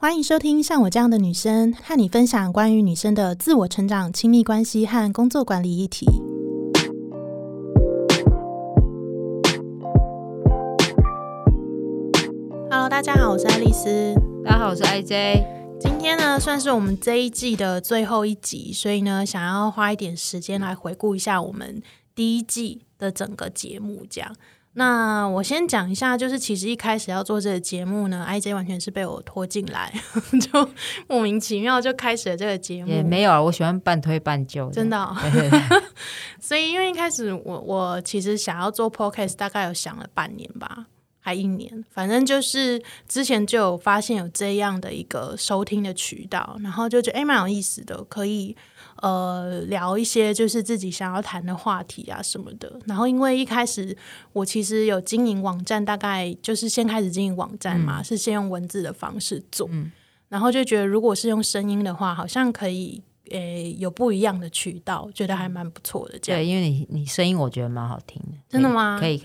欢迎收听像我这样的女生，和你分享关于女生的自我成长、亲密关系和工作管理议题。Hello， 大家好，我是爱丽丝。 大家好，我是 IJ。 今天呢，算是我们这一季的最后一集，所以呢，想要花一点时间来回顾一下我们第一季的整个节目，这样。那我先讲一下，就是其实一开始要做这个节目呢 ，IJ 完全是被我拖进来，就莫名其妙就开始了这个节目。 也没有啊，我喜欢半推半就， 真的、哦。所以因为一开始我其实想要做 podcast， 大概有想了半年吧，还1年，反正就是之前就有发现有这样的一个收听的渠道，然后就觉得蛮有意思的，可以聊一些就是自己想要谈的话题啊什么的。然后因为一开始我其实有经营网站，大概就是先开始经营网站嘛，是先用文字的方式做，然后就觉得如果是用声音的话，好像可以有不一样的渠道，觉得还蛮不错的这样。 对，因为你声音我觉得蛮好听的。 真的吗？ 可以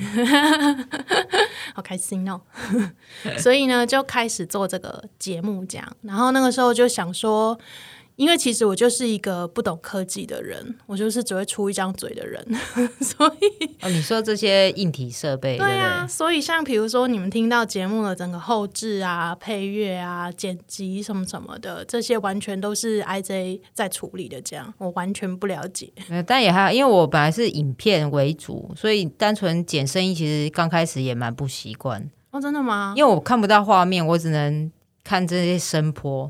好开心哦所以呢就开始做这个节目这样。然后那个时候就想说，因为其实我就是一个不懂科技的人，我就是只会出一张嘴的人所以你说这些硬体设备， 对啊， 对不对？ 所以像比如说你们听到节目的整个后制啊、配乐啊、剪辑什么什么的，这些完全都是 IJ 在处理的，这样我完全不了解。 但也还好，因为我本来是影片为主，所以单纯剪声音其实刚开始也蛮不习惯。 哦，真的吗？ 因为我看不到画面，我只能看这些声波，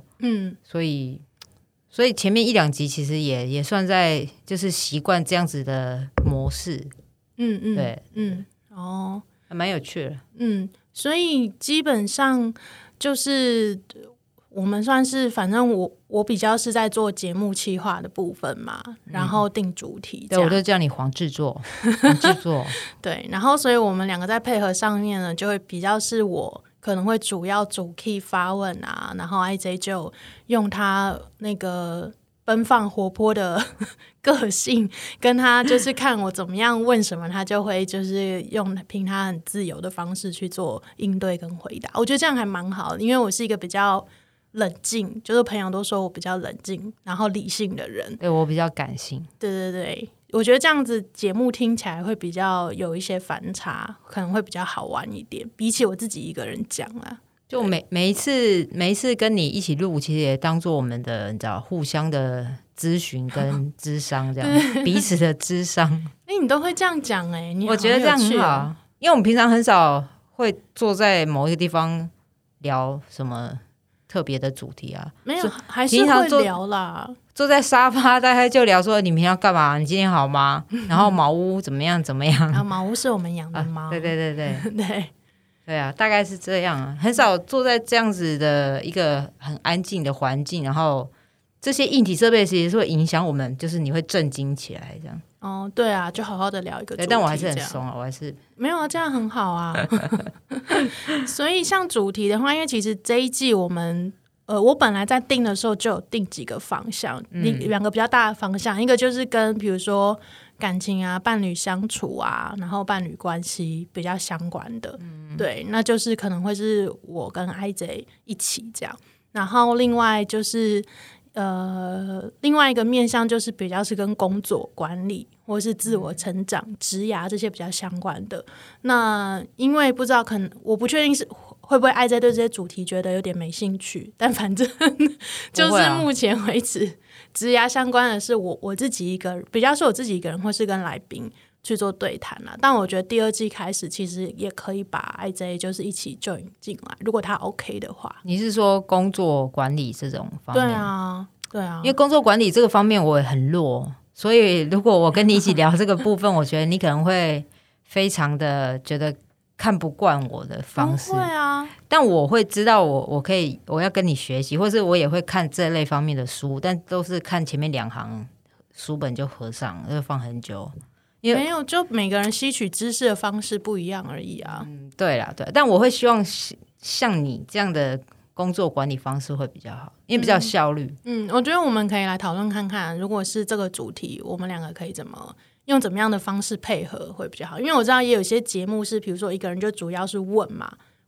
所以前面1-2集其实也算在就是习惯这样子的模式。对，还蛮有趣的。 所以基本上就是我们算是，反正我比较是在做节目企划的部分嘛，然后定主题这样。 对，我就叫你黄制作，黄制作。 对，然后所以我们两个在配合上面呢，就会比较是我可能会主 key 发问啊，然后 IJ 就用他那个奔放活泼的个性跟他就是看我怎么样问什么，他就会就是凭他很自由的方式去做应对跟回答。我觉得这样还蛮好的，因为我是一个比较冷静，就是朋友都说我比较冷静然后理性的人。 对，我比较感性。 对，我觉得这样子节目听起来会比较有一些反差，可能会比较好玩一点，比起我自己一个人讲啦。 就每一次跟你一起录，其实也当做我们的你知道互相的咨询跟諮商这样彼此的諮商。 你都会这样讲你好有趣哦。 我觉得这样很好，因为我们平常很少会坐在某一个地方聊什么特别的主题啊， 没有，还是会聊啦。 坐在沙发大概就聊说你平常干嘛，你今天好吗？然后茅屋怎么样啊， 茅屋是我们养的猫。 对啊，大概是这样啊，很少坐在这样子的一个很安静的环境，然后这些硬体设备其实是会影响我们，就是你会震惊起来这样。 哦，对啊，就好好的聊一个主题。 但我还是很松啊，我还是没有啊，这样很好啊。所以像主题的话，因为其实这一季我们我本来在定的时候就有定几个方向，2个比较大的方向，一个就是跟比如说感情啊、伴侣相处啊，然后伴侣关系比较相关的，对，那就是可能会是我跟 IJ 一起这样。然后另外就是另外一个面向就是比较是跟工作管理或是自我成长、职涯这些比较相关的。那因为不知道，可能我不确定是会不会IJ对这些主题觉得有点没兴趣，但反正就是目前为止职涯相关的是我自己一个人，比较是我自己一个人或是跟来宾去做对谈啦。但我觉得第2季开始其实也可以把 IJ 就是一起 join 进来，如果他 OK 的话。 你是说工作管理这种方面？ 对啊， 因为工作管理这个方面我也很弱，所以如果我跟你一起聊这个部分我觉得你可能会非常的觉得看不惯我的方式。 不会啊， 但我会知道我要跟你学习，或是我也会看这类方面的书，但都是看前面2行书本就合上，就放很久。 没有，就每个人吸取知识的方式不一样而已啊。 对啦，但我会希望像你这样的工作管理方式会比较好，因为比较效率。 我觉得我们可以来讨论看看，如果是这个主题，我们2个可以用怎么样的方式配合会比较好。因为我知道也有些节目是比如说一个人就主要是问嘛，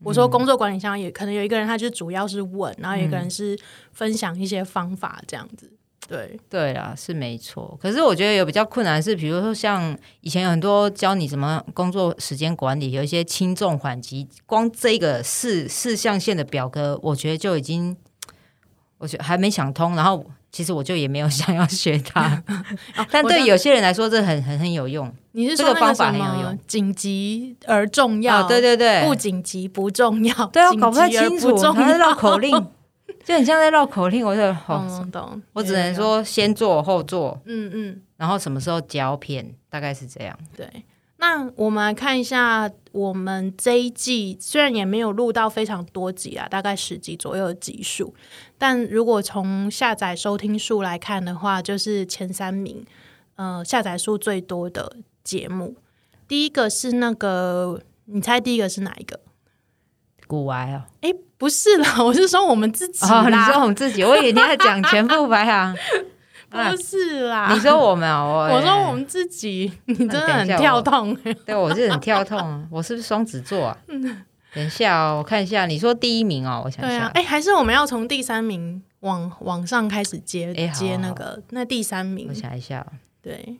我说工作管理上也可能有一个人他就主要是问，然后有一个人是分享一些方法这样子。对啦，是没错。可是我觉得有比较困难的是，比如说像以前有很多教你怎么工作时间管理，有一些轻重缓急，光这个四象限的表格，我觉得就已经，我觉得还没想通。然后其实我就也没有想要学它，但对有些人来说，这很有用。 你是说那个什么紧急而重要？ 对对对， 不紧急不重要。 对啊，搞不太清楚，他在绕口令。就很像在绕口令，我就懂。 我只能说先做后做，然后什么时候胶片，大概是这样。 对，那我们来看一下，我们这一季虽然也没有录到非常多集啊，大概10集左右的集数，但如果从下载收听数来看的话，就是前3名，下载数最多的节目。第一个是那个，你猜第一个是哪一个？ 古玩哦？ 不是啦，我是说我们自己啦。 你说我们自己，我以为你在讲全部排行。 不是啦， 你说我们我说我们自己，你真的很跳痛。 对，我是很跳痛。我是不是双子座啊？等一下哦，我看一下。你说第1名哦，我想一下。 还是我们要从第3名往上开始接那个。那第3名， 我想一下。 对，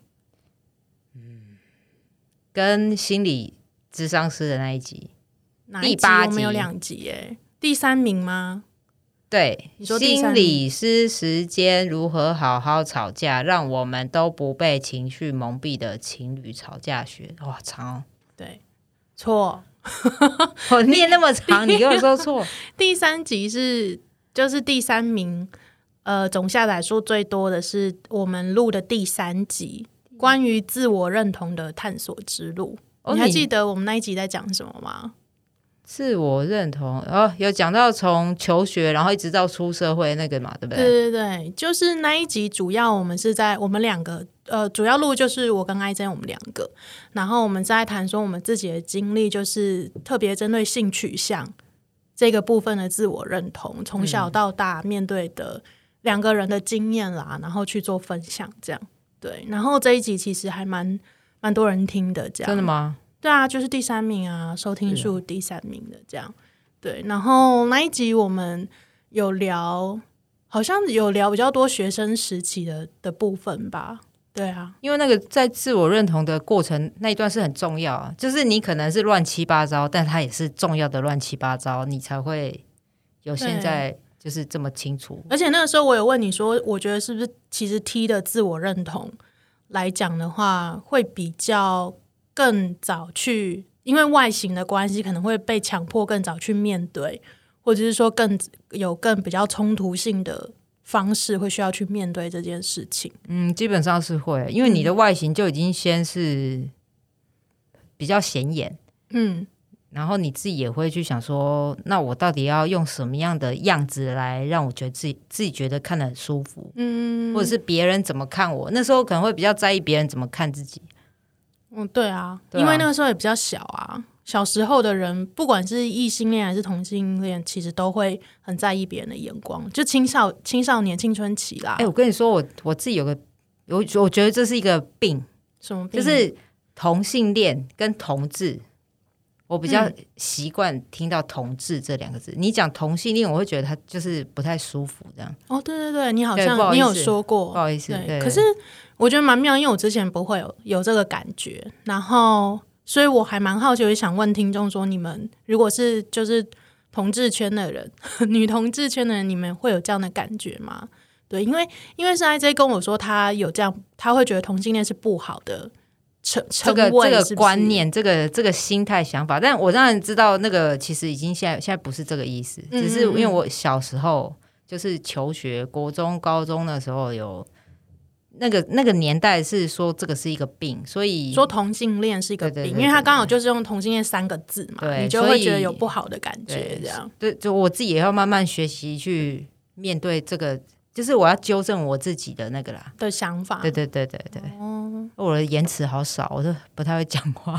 跟心理咨商师的那一集。 第8集我们有2集耶。第3名吗？ 对，心理师时间如何好好吵架，让我们都不被情绪蒙蔽的情侣吵架学。哇，长哦。 对，错。 我念那么长，你跟我说错。 第3集就是第3名，总下载数最多的是我们录的第3集，关于自我认同的探索之路。你还记得我们那一集在讲什么吗？ 自我认同有讲到从求学然后一直到出社会那个嘛，对不对？ 对对对，就是那一集主要我们是在我们2个主要录就是我跟艾珍我们2个，然后我们在谈说我们自己的经历，就是特别针对性取向这个部分的自我认同，从小到大面对的2个人的经验啦，然后去做分享这样。对，然后这一集其实还蛮多人听的这样。 真的吗？ 对啊，就是第3名啊，收听数第3名的这样。对，然后那一集我们有聊，好像有聊比较多学生时期的部分吧。对啊， 因为那个在自我认同的过程那一段是很重要啊，就是你可能是乱七八糟，但它也是重要的乱七八糟，你才会有现在就是这么清楚。 而且那个时候我有问你说，我觉得是不是其实 T 的自我认同来讲的话，会比较更早去，因为外形的关系可能会被强迫更早去面对，或者是说更比较冲突性的方式会需要去面对这件事情。 基本上是会，因为你的外形就已经先是比较显眼，然后你自己也会去想说，那我到底要用什么样的样子来让我觉得自己觉得看得很舒服，或者是别人怎么看我，那时候可能会比较在意别人怎么看自己。 对啊，因为那个时候也比较小啊，小时候的人不管是异性恋还是同性恋，其实都会很在意别人的眼光，就青少年青春期啦。 我跟你说，我自己有个我觉得这是一个病。 什么病？ 就是同性恋跟同志，我比较习惯听到同志这2个字。你讲同性恋，我会觉得他就是不太舒服这样。 对对对，你好像你有说过， 不好意思。对， 可是我觉得蛮妙，因为我之前不会有这个感觉，然后所以我还蛮好奇，我想问听众说，你们如果是就是同志圈的人女同志圈的人，你们会有这样的感觉吗？对，因为是 IJ 跟我说他有这样，他会觉得同性恋是不好的这个观念，这个心态想法，但我当然知道那个其实已经现在不是这个意思，只是因为我小时候就是求学国中高中的时候有那个年代是说这个是一个病，所以说同性恋是一个病，因为他刚好就是用同性恋3个字嘛，你就会觉得有不好的感觉这样。 对，就我自己也要慢慢学习去面对这个，就是我要纠正我自己的那个啦的想法。 对对对对对。我的言辞好少，我都不太会讲话。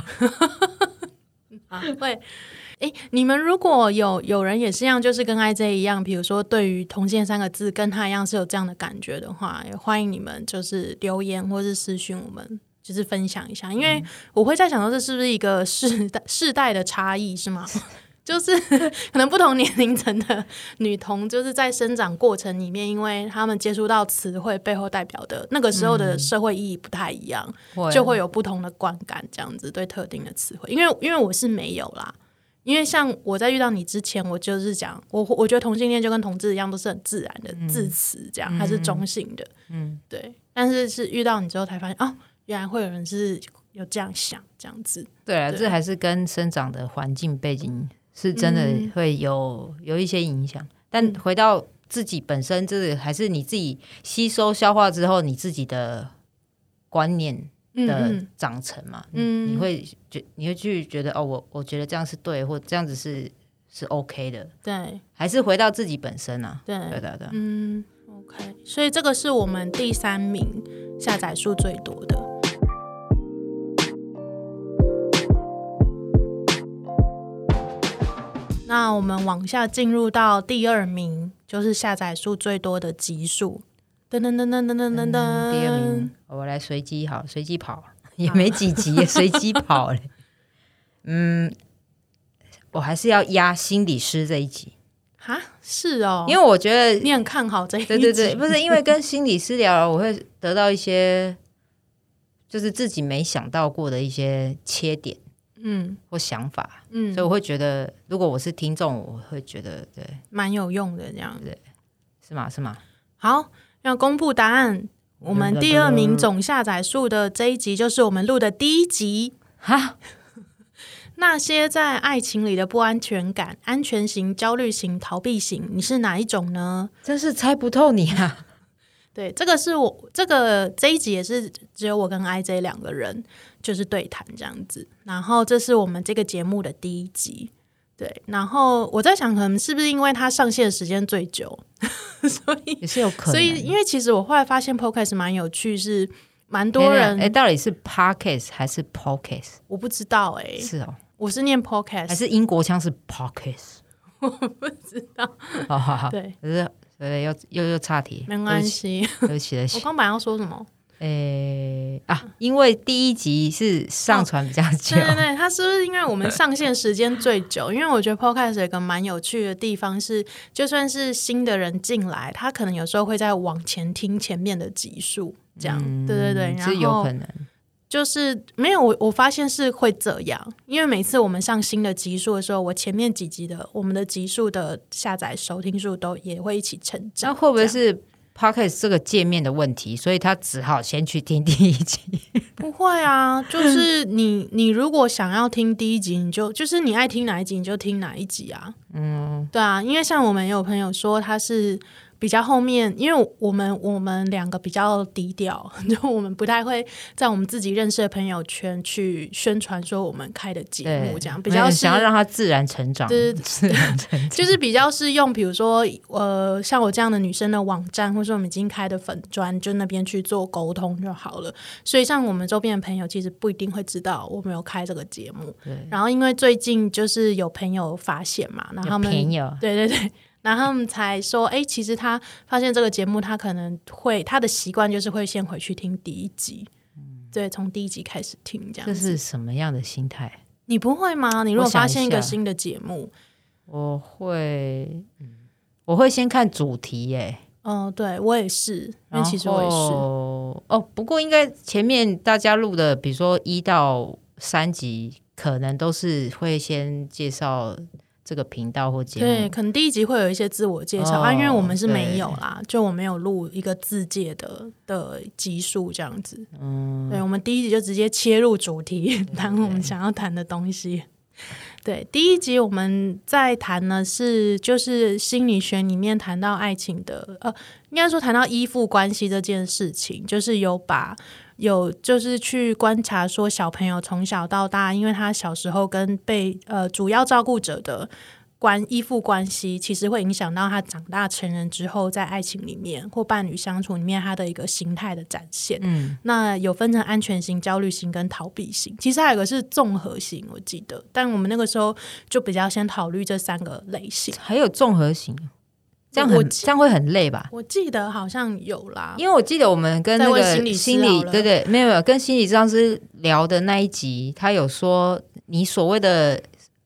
会。你们如果有人也是一样，就是跟 IJ 一样，比如说对于同性3个字跟他一样是有这样的感觉的话，也欢迎你们就是留言或是私讯我们，就是分享一下。因为我会在想说，这是不是一个世代的差异是吗？ 就是可能不同年龄层的女童，就是在生长过程里面，因为他们接触到词汇背后代表的那个时候的社会意义不太一样，就会有不同的观感，这样子对特定的词汇。因为我是没有啦，因为像我在遇到你之前，我就是讲我觉得同性恋就跟同志一样，都是很自然的字词，这样它是中性的，对。但是遇到你之后才发现，哦，原来会有人是有这样想，这样子。 对啊，这还是跟生长的环境背景是真的会有一些影响。但回到自己本身，这个还是你自己吸收消化之后，你自己的观念的长成嘛。你会去觉得哦，我觉得这样是对，或这样子是 OK 的。 对， 还是回到自己本身啊。对。 OK， 所以这个是我们第3名下载数最多的。那我们往下进入到第2名，就是下载数最多的集数。噔噔噔噔噔噔噔噔， 第2名，我来随机跑，也没几集也随机跑嘞。我还是要压心理师这一集。 哈，是哦， 因为我觉得你很看好这一集。 对，不是因为跟心理师聊，我会得到一些就是自己没想到过的一些切点，或想法，所以我会觉得，如果我是听众，我会觉得对， 蛮有用的这样， 对，是吗？ 好，要公布答案，我们第2名总下载数的这一集就是我们录的第1集。 哈。 那些在爱情里的不安全感，安全型、焦虑型、逃避型，你是哪一种呢？ 真是猜不透你啊！ 对，这个是这一集也是只有我跟 IJ 2个人就是对谈这样子，然后这是我们这个节目的第1集。对，然后我在想，可能是不是因为它上线的时间最久，所以也是有可能。 所以因为其实我后来发现 Podcast 蛮有趣，是蛮多人到底是 Podcast 还是 Podcast？ 我不知道是哦。 我是念 podcast 还是英国腔是 podcast？ 我不知道。 好， 对， 可是又岔题， 没关系。 对不起。 我刚本来要说什么？ 因为第1集是上传比较久， 对，它是不是因为我们上线时间最久？因为我觉得 podcast 有一个蛮有趣的地方是，就算是新的人进来，他可能有时候会再往前听前面的集数，这样，对，然后是有可能。 就是没有我发现是会这样，因为每次我们上新的集数的时候，我前面几集的我们的集数的下载收听数都也会一起成长。 那会不会是 Podcast 这个界面的问题，所以他只好先去听第1集？ 不会啊，就是你如果想要听第1集，你就是你爱听哪一集你就听哪一集啊。对啊，因为像我们有朋友说他是比较后面，因为我们2个比较低调，就我们不太会在我们自己认识的朋友圈去宣传说我们开的节目，这样比较想要让它自然成长，自然成长就是比较是用比如说像我这样的女生的网站，或者说我们已经开的粉专，就那边去做沟通就好了。所以像我们周边的朋友其实不一定会知道我们有开这个节目。然后因为最近就是有朋友发现嘛，然后他们对，然后他们才说，其实他发现这个节目，他可能会他的习惯就是会先回去听第1集，对，从第1集开始听这样子。 这是什么样的心态？ 你不会吗？你如果发现一个新的节目， 我会先看主题耶。 对我也是，因为其实我也是。 不过应该前面大家录的，比如说1到3集，可能都是会先介绍这个频道或节目， 对，可能第1集会有一些自我介绍因为我们是没有啦，就我没有录一个自介的集数这样子。对，我们第1集就直接切入主题，谈我们想要谈的东西。对，第1集我们在谈的是就是心理学里面谈到爱情的，应该说谈到依附关系这件事情，就是就是去观察说小朋友从小到大，因为他小时候跟被主要照顾者的依附关系，其实会影响到他长大成人之后在爱情里面或伴侣相处里面他的一个形态的展现。那有分成安全型、焦虑型跟逃避型，其实还有一个是综合型我记得，但我们那个时候就比较先考虑这3个类型。 还有综合型，这样会很累吧？ 我记得好像有啦， 因为我记得我们跟那个心理对没有跟心理咨商师聊的那一集，他有说你所谓的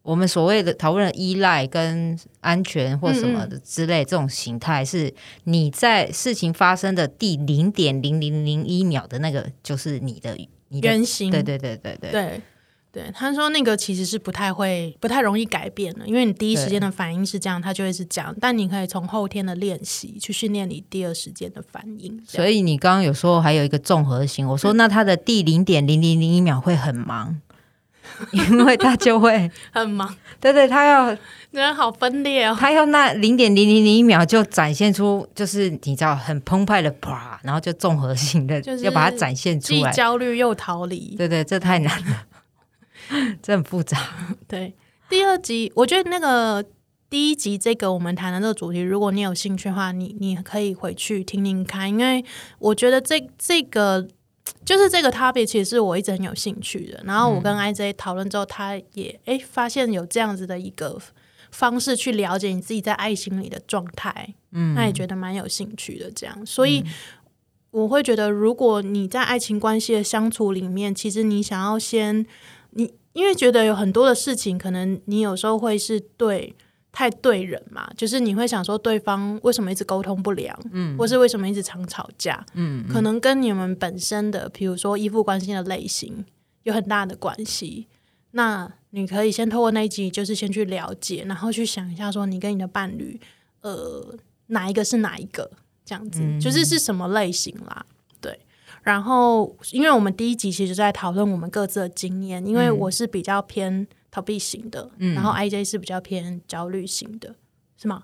我们所谓的讨论的依赖跟安全或什么的之类，这种形态是你在事情发生的第0.0001秒的那个就是你的原型。 对对对对对对对，他说那个其实是不太容易改变的，因为你第一时间的反应是这样，它就会是这样，但你可以从后天的练习去训练你第二时间的反应。 所以你刚刚有说还有一个综合型，我说那他的第0.0001秒会很忙，因为他就会很忙。 对对，他要人好分裂哦， 他要那0.0001秒就展现出，就是你知道很澎湃的啪，然后就综合性的，就是要把它展现出来， 既焦虑又逃离。 对对，这太难了。这很复杂。 对，第二集我觉得那个第一集这个我们谈的这个主题，如果你有兴趣的话，你可以回去听听看，因为我觉得这个就是这个 topic 其实是我一直很有兴趣的。然后我跟 IJ 讨论之后，他也发现有这样子的一个方式去了解你自己在爱情里的状态，他也觉得蛮有兴趣的。这样，所以我会觉得，如果你在爱情关系的相处里面，其实你想要因为觉得有很多的事情，可能你有时候会是太对人嘛，就是你会想说对方为什么一直沟通不良，或是为什么一直常吵架，可能跟你们本身的比如说依附关系的类型有很大的关系。那你可以先透过那一集，就是先去了解，然后去想一下说你跟你的伴侣哪一个是哪一个，这样子就是什么类型啦。对，然后因为我们第一集其实在讨论我们各自的经验，因为我是比较偏逃避型的，然后 IJ 是比较偏焦虑型的，是吗？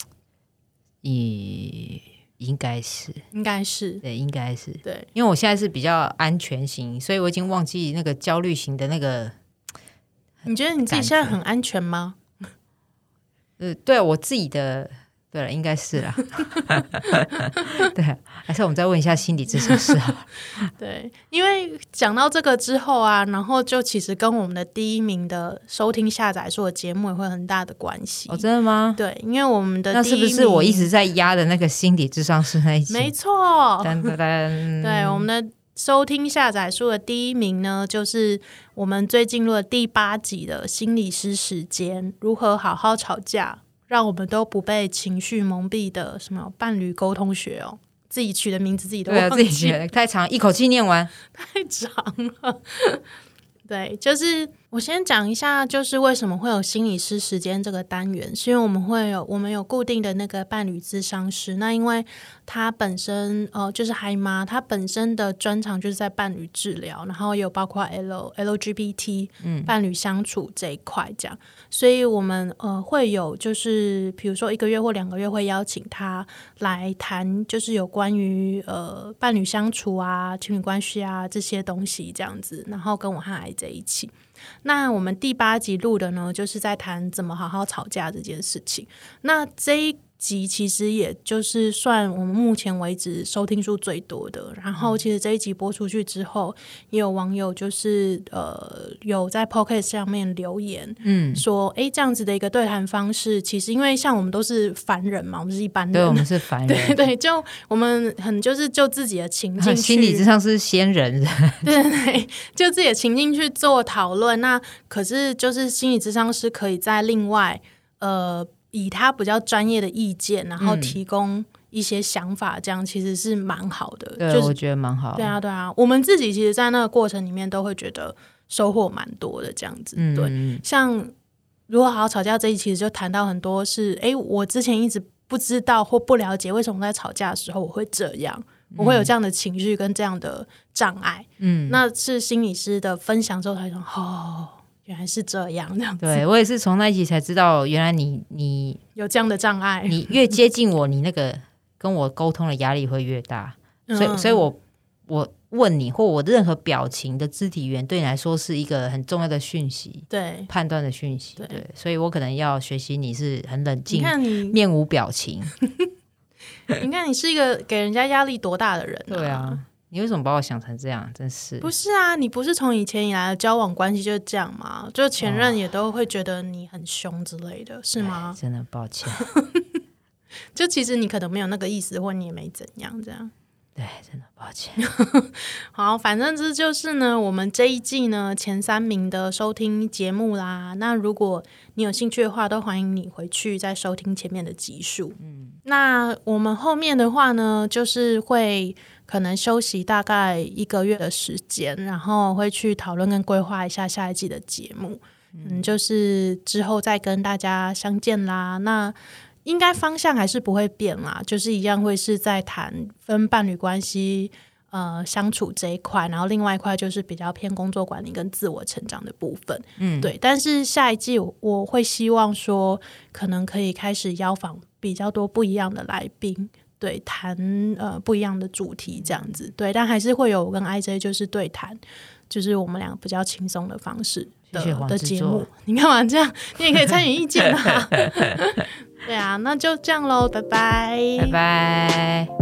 应该是对，应该是对， 因为我现在是比较安全型，所以我已经忘记那个焦虑型的那个。 你觉得你自己现在很安全吗？ 对我自己的，对了，应该是啦。对，还是我们再问一下心理咨询师好了。 对，因为讲到这个之后啊，然后就其实跟我们的第一名的收听下载数的节目也会有很大的关系。 哦，真的吗？ 对，因为我们的那是不是我一直在压的那个心理咨商师那一集？ 没错。 噔噔噔， 对，我们的收听下载数的第一名呢，就是我们最近录的第8集的心理师时间，如何好好吵架，让我们都不被情绪蒙蔽的什么伴侣沟通学哦，自己取的名字自己都忘记， 对啊，自己取的太长，一口气念完， 太长了。对，就是我先讲一下，就是为什么会有心理师时间这个单元，是因为我们有固定的那个伴侣咨商师，那因为他本身就是嗨妈，他本身的专长就是在伴侣治疗，然后也有包括 LGBT 伴侣相处这一块这样，所以我们会有就是比如说1个月或2个月会邀请他来谈，就是有关于伴侣相处啊、情侣关系啊这些东西这样子，然后跟我和在一起。那我们第8集录的呢，就是在谈怎么好好吵架这件事情。那这一集其实也就是算我们目前为止收听数最多的，然后其实这一集播出去之后，也有网友就是有在 Podcast 上面留言，说这样子的一个对谈方式，其实因为像我们都是凡人嘛，我们是一般人， 对，我们是凡人， 对对，就我们很就自己的情境去， 心理咨商是仙人， 对对对，就自己的情境去做讨论。那可是就是心理咨商师可以在另外以他比较专业的意见，然后提供一些想法，这样其实是蛮好的。 对， 就是、 我觉得蛮好。 对啊，对啊，我们自己其实，在那个过程里面都会觉得收获蛮多的，这样子。对，像如果好好吵架这一期，其实就谈到很多是，我之前一直不知道或不了解，为什么在吵架的时候我会这样，我会有这样的情绪跟这样的障碍。那是心理师的分享之后才说，原来是这样，这样子。对， 我也是从那一集才知道，原来你有这样的障碍。 你越接近我，你那个跟我沟通的压力会越大。所以我问你，或我任何表情的肢体语言，对你来说是一个很重要的讯息， 对， 判断的讯息。对，所以我可能要学习你是很冷静， 你看你面无表情。 你看你是一个给人家压力多大的人啊？ 对啊。你为什么把我想成这样？真是不是啊？你不是从以前以来的交往关系就是这样吗？就前任也都会觉得你很凶之类的，是吗？ 真的抱歉。 就其实你可能没有那个意思，或你也没怎样，这样。 对，真的抱歉。 好，反正这就是呢我们这一季呢前3名的收听节目啦。那如果你有兴趣的话，都欢迎你回去再收听前面的集数。那我们后面的话呢，就是会可能休息大概1个月的时间，然后会去讨论跟规划一下下一季的节目。就是之后再跟大家相见啦。那应该方向还是不会变啦，就是一样会是在谈分伴侣关系相处这一块，然后另外一块就是比较偏工作管理跟自我成长的部分。对。但是下一季我会希望说可能可以开始邀访比较多不一样的来宾，对，谈不一样的主题这样子。对，但还是会有我跟 IJ 就是对谈，就是我们两个比较轻松的方式的节目。你干嘛这样？你也可以参与意见啊。对啊，那就这样咯，拜拜， 拜拜。